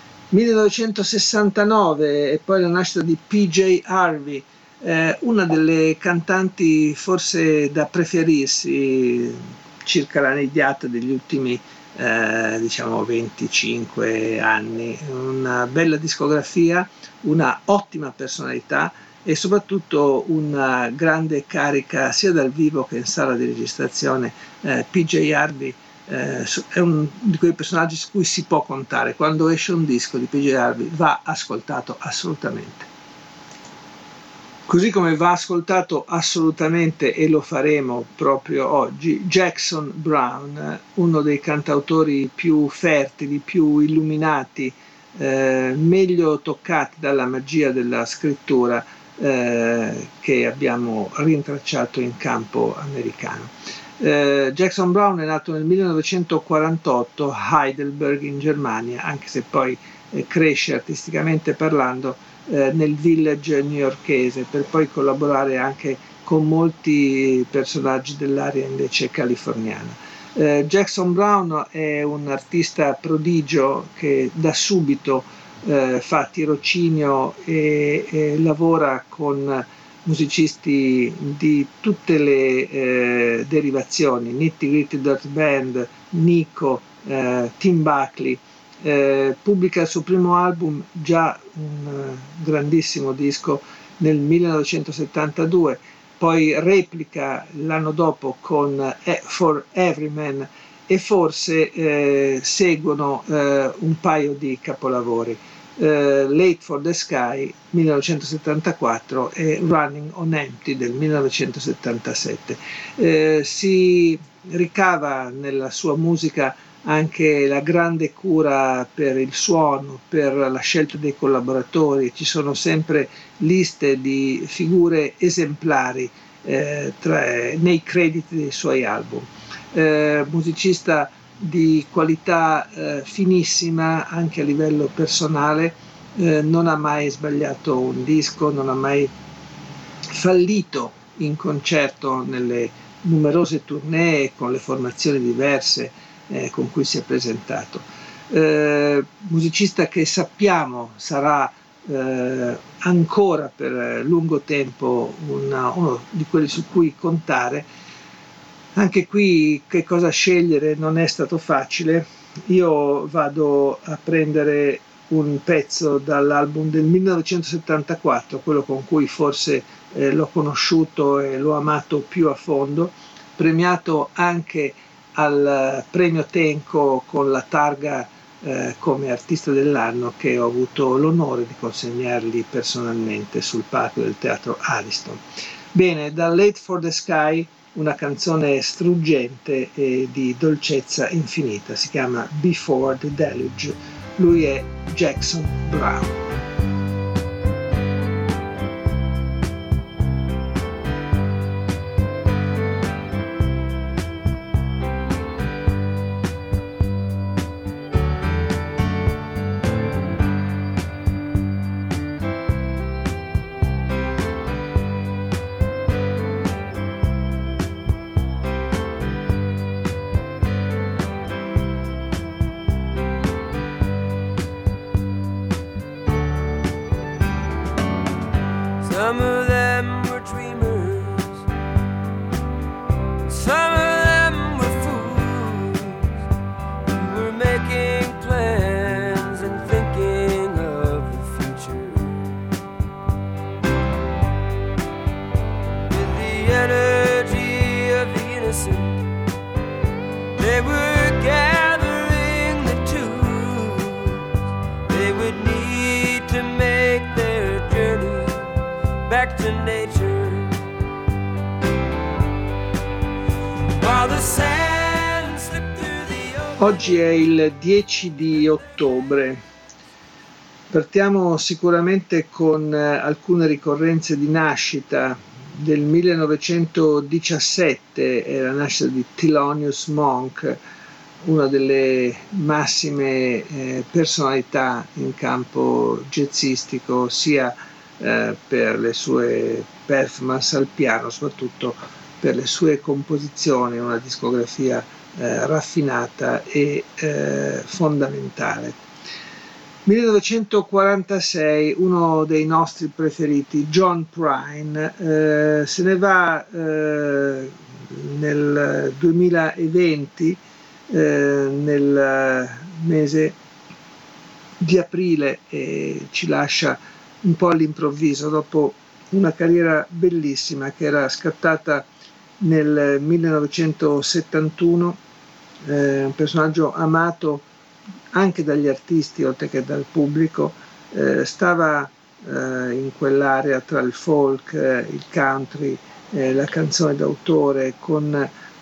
S2: millenovecentosessantanove e poi la nascita di P J Harvey, eh, una delle cantanti forse da preferirsi circa la nidiata degli ultimi eh, diciamo venticinque anni, una bella discografia, una ottima personalità e soprattutto una grande carica sia dal vivo che in sala di registrazione. eh, P J Harvey eh, è uno di quei personaggi su cui si può contare. Quando esce un disco di P J Harvey va ascoltato assolutamente. Così come va ascoltato assolutamente, e lo faremo proprio oggi, Jackson Browne, uno dei cantautori più fertili, più illuminati eh, meglio toccati dalla magia della scrittura eh, che abbiamo rintracciato in campo americano. Eh, Jackson Browne è nato nel millenovecentoquarantotto a Heidelberg in Germania, anche se poi eh, cresce artisticamente parlando eh, nel village newyorkese, per poi collaborare anche con molti personaggi dell'area invece californiana. Eh, Jackson Browne è un artista prodigio che da subito eh, fa tirocinio e, e lavora con musicisti di tutte le eh, derivazioni, Nitty Gritty Dirt Band, Nico, eh, Tim Buckley. Eh, pubblica il suo primo album, già un uh, grandissimo disco, nel millenovecentosettantadue, poi replica l'anno dopo con eh, For Every Man e forse eh, seguono eh, un paio di capolavori. Uh, Late for the Sky millenovecentosettantaquattro e Running on Empty del millenovecentosettantasette. Uh, si ricava nella sua musica anche la grande cura per il suono, per la scelta dei collaboratori. Ci sono sempre liste di figure esemplari eh, tra, nei crediti dei suoi album. Uh, musicista di qualità eh, finissima anche a livello personale, eh, non ha mai sbagliato un disco, non ha mai fallito in concerto nelle numerose tournée con le formazioni diverse eh, con cui si è presentato. Eh, musicista che sappiamo sarà eh, ancora per lungo tempo una, uno di quelli su cui contare. Anche qui che cosa scegliere non è stato facile. Io vado a prendere un pezzo dall'album del millenovecentosettantaquattro, quello con cui forse eh, l'ho conosciuto e l'ho amato più a fondo, premiato anche al premio Tenco con la targa eh, come artista dell'anno, che ho avuto l'onore di consegnargli personalmente sul palco del teatro Ariston. Bene, da Late for the Sky una canzone struggente e di dolcezza infinita, si chiama Before the Deluge. Lui è Jackson Browne.
S5: Some of them were dreamers, some of them were fools, who were making plans and thinking of the future. With the energy of the innocent, they were gathering the tools they would need to make their journey back to nature, while the sand slipped through the ocean.
S2: Oggi è il dieci di ottobre. Partiamo sicuramente con alcune ricorrenze di nascita. Del millenovecentodiciassette è la nascita di Thelonious Monk, una delle massime eh, personalità in campo jazzistico, sia Eh, per le sue performance al piano, soprattutto per le sue composizioni, una discografia eh, raffinata e eh, fondamentale. millenovecentoquarantasei, uno dei nostri preferiti, John Prine, eh, se ne va eh, nel duemilaventi, eh, nel mese di aprile, e ci lascia un po' all'improvviso dopo una carriera bellissima che era scattata nel millenovecentosettantuno, eh, un personaggio amato anche dagli artisti oltre che dal pubblico. Eh, stava eh, in quell'area tra il folk, eh, il country, eh, la canzone d'autore, con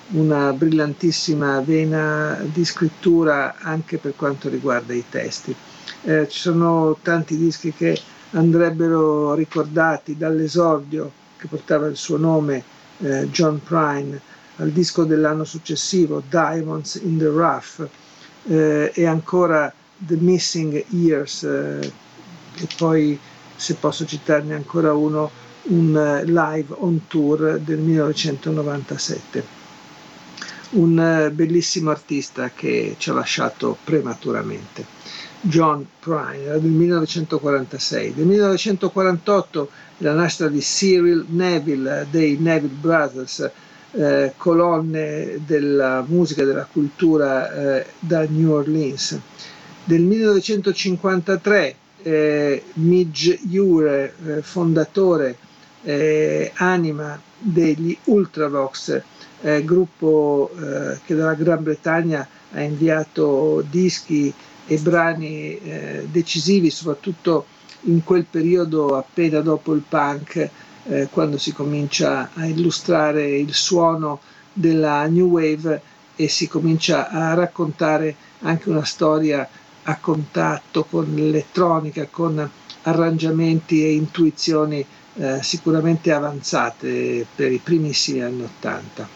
S2: una brillantissima vena di scrittura anche per quanto riguarda i testi. Eh, ci sono tanti dischi che andrebbero ricordati, dall'esordio che portava il suo nome, eh, John Prine, al disco dell'anno successivo, Diamonds in the Rough, eh, e ancora The Missing Years, eh, e poi, se posso citarne ancora uno, un uh, live on tour del millenovecentonovantasette. Un uh, bellissimo artista che ci ha lasciato prematuramente. John Prine era del millenovecentoquarantasei. Del millenovecentoquarantotto la nascita di Cyril Neville dei Neville Brothers, eh, colonne della musica e della cultura eh, da New Orleans. Del millenovecentocinquantatré eh, Midge Ure, eh, fondatore, eh, anima degli Ultravox, eh, gruppo eh, che dalla Gran Bretagna ha inviato dischi e brani eh, decisivi, soprattutto in quel periodo appena dopo il punk, eh, quando si comincia a illustrare il suono della New Wave e si comincia a raccontare anche una storia a contatto con l'elettronica, con arrangiamenti e intuizioni eh, sicuramente avanzate per i primissimi anni Ottanta.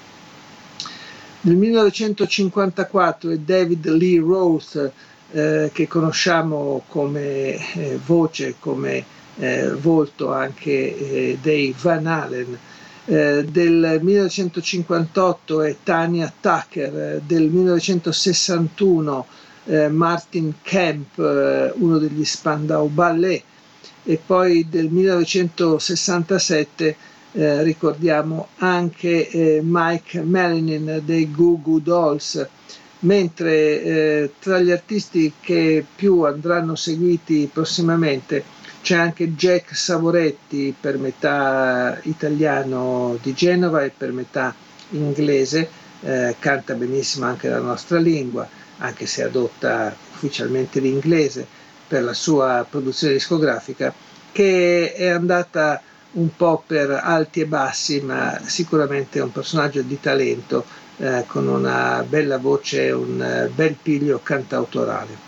S2: Nel millenovecentocinquantaquattro è David Lee Roth, eh, che conosciamo come eh, voce, come eh, volto anche eh, dei Van Halen. Eh, del millenovecentocinquantotto è Tanya Tucker, eh, del millenovecentosessantuno eh, Martin Kemp, eh, uno degli Spandau Ballet, e poi del millenovecentosessantasette eh, ricordiamo anche eh, Mike Mellinin dei Goo Goo Dolls, mentre eh, tra gli artisti che più andranno seguiti prossimamente c'è anche Jack Savoretti, per metà italiano di Genova e per metà inglese, eh, canta benissimo anche la nostra lingua, anche se adotta ufficialmente l'inglese per la sua produzione discografica, che è andata un po' per alti e bassi, ma sicuramente è un personaggio di talento, eh, con una bella voce e un eh, bel piglio cantautorale.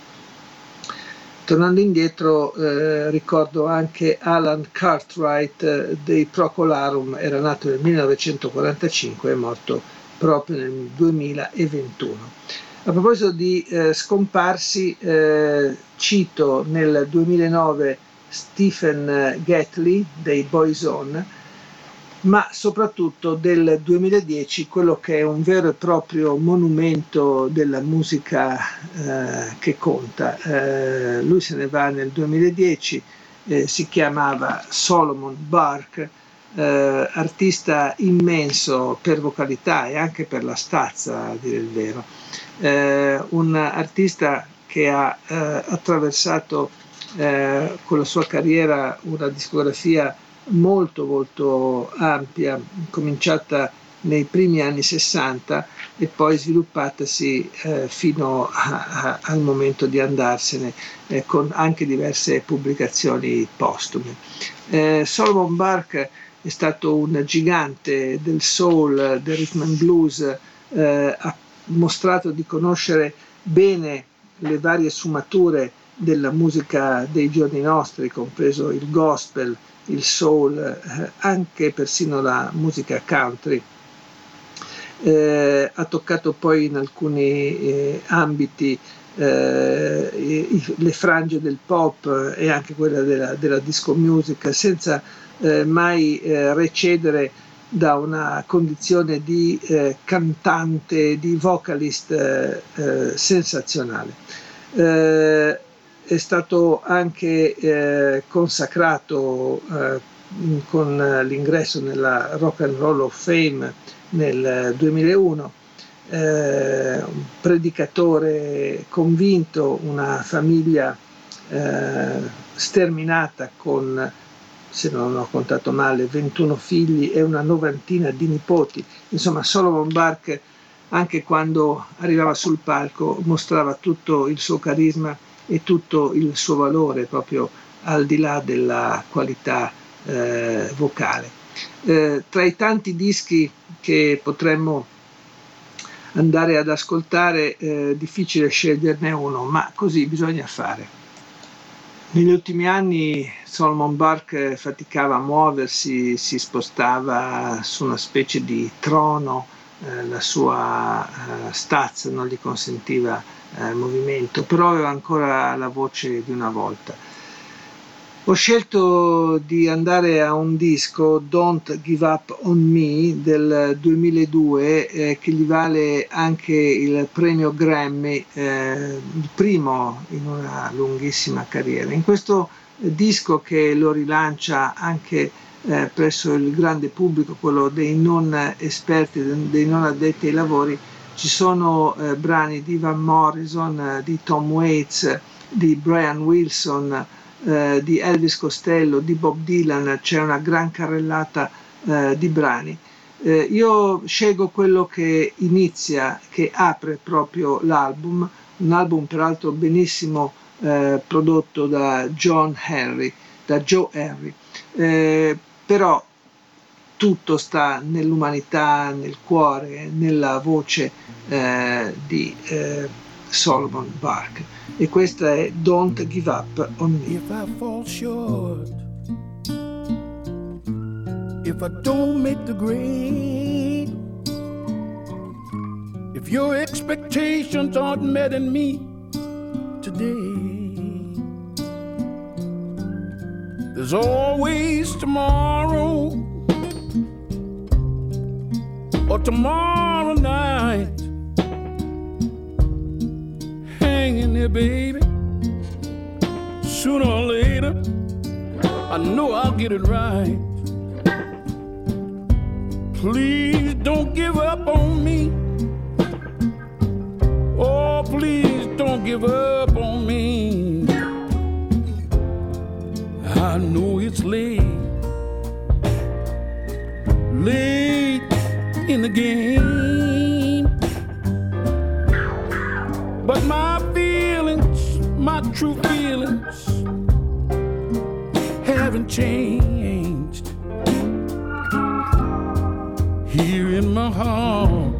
S2: Tornando indietro, eh, ricordo anche Alan Cartwright eh, dei Procolarum, era nato nel millenovecentoquarantacinque e è morto proprio nel duemilaventuno. A proposito di eh, scomparsi, eh, cito nel duemilanove Stephen Gatley dei Boyzone, ma soprattutto del duemiladieci quello che è un vero e proprio monumento della musica eh, che conta. Eh, lui se ne va nel duemiladieci, eh, si chiamava Solomon Burke, eh, artista immenso per vocalità e anche per la stazza, a dire il vero. Eh, un artista che ha eh, attraversato eh, con la sua carriera una discografia molto molto ampia, cominciata nei primi anni sessanta e poi sviluppatasi eh, fino a, a, al momento di andarsene, eh, con anche diverse pubblicazioni postume. Eh, Solomon Burke è stato un gigante del soul, del rhythm and blues, eh, ha mostrato di conoscere bene le varie sfumature della musica dei giorni nostri, compreso il gospel, il soul, eh, anche persino la musica country. Eh, ha toccato poi in alcuni eh, ambiti eh, i, le frange del pop e anche quella della, della disco music, senza eh, mai eh, recedere da una condizione di eh, cantante, di vocalist eh, eh, sensazionale. Eh, è stato anche eh, consacrato eh, con l'ingresso nella Rock and Roll of Fame nel duemilauno, eh, un predicatore convinto, una famiglia eh, sterminata con, se non ho contato male, ventuno figli e una novantina di nipoti. Insomma, Solomon Burke, anche quando arrivava sul palco, mostrava tutto il suo carisma e tutto il suo valore, proprio al di là della qualità eh, vocale. Eh, tra i tanti dischi che potremmo andare ad ascoltare, eh, difficile sceglierne uno, ma così bisogna fare. Negli ultimi anni Solomon Burke faticava a muoversi, si spostava su una specie di trono, eh, la sua eh, stazza non gli consentiva eh, movimento, però aveva ancora la voce di una volta. Ho scelto di andare a un disco, Don't Give Up on Me, del duemiladue, eh, che gli vale anche il premio Grammy, eh, il primo in una lunghissima carriera. In questo disco, che lo rilancia anche eh, presso il grande pubblico, quello dei non esperti, dei non addetti ai lavori, ci sono eh, brani di Van Morrison, eh, di Tom Waits, di Brian Wilson, eh, di Elvis Costello, di Bob Dylan. C'è una gran carrellata eh, di brani. Eh, io scelgo quello che inizia, che apre proprio l'album, un album peraltro benissimo eh, prodotto da John Henry, da Joe Henry, eh, però tutto sta nell'umanità, nel cuore, nella voce eh, di eh, Solomon Burke, e questa è Don't Give Up on Me.
S6: If I fall short, if I don't make the grade, if your expectations aren't met in me today, there's always tomorrow, or tomorrow night. Hang in there, baby. Sooner or later, I know I'll get it right. Please don't give up on me. Oh, please don't give up on me. I know it's late, late in the game, but my feelings, my true feelings haven't changed. Here in my heart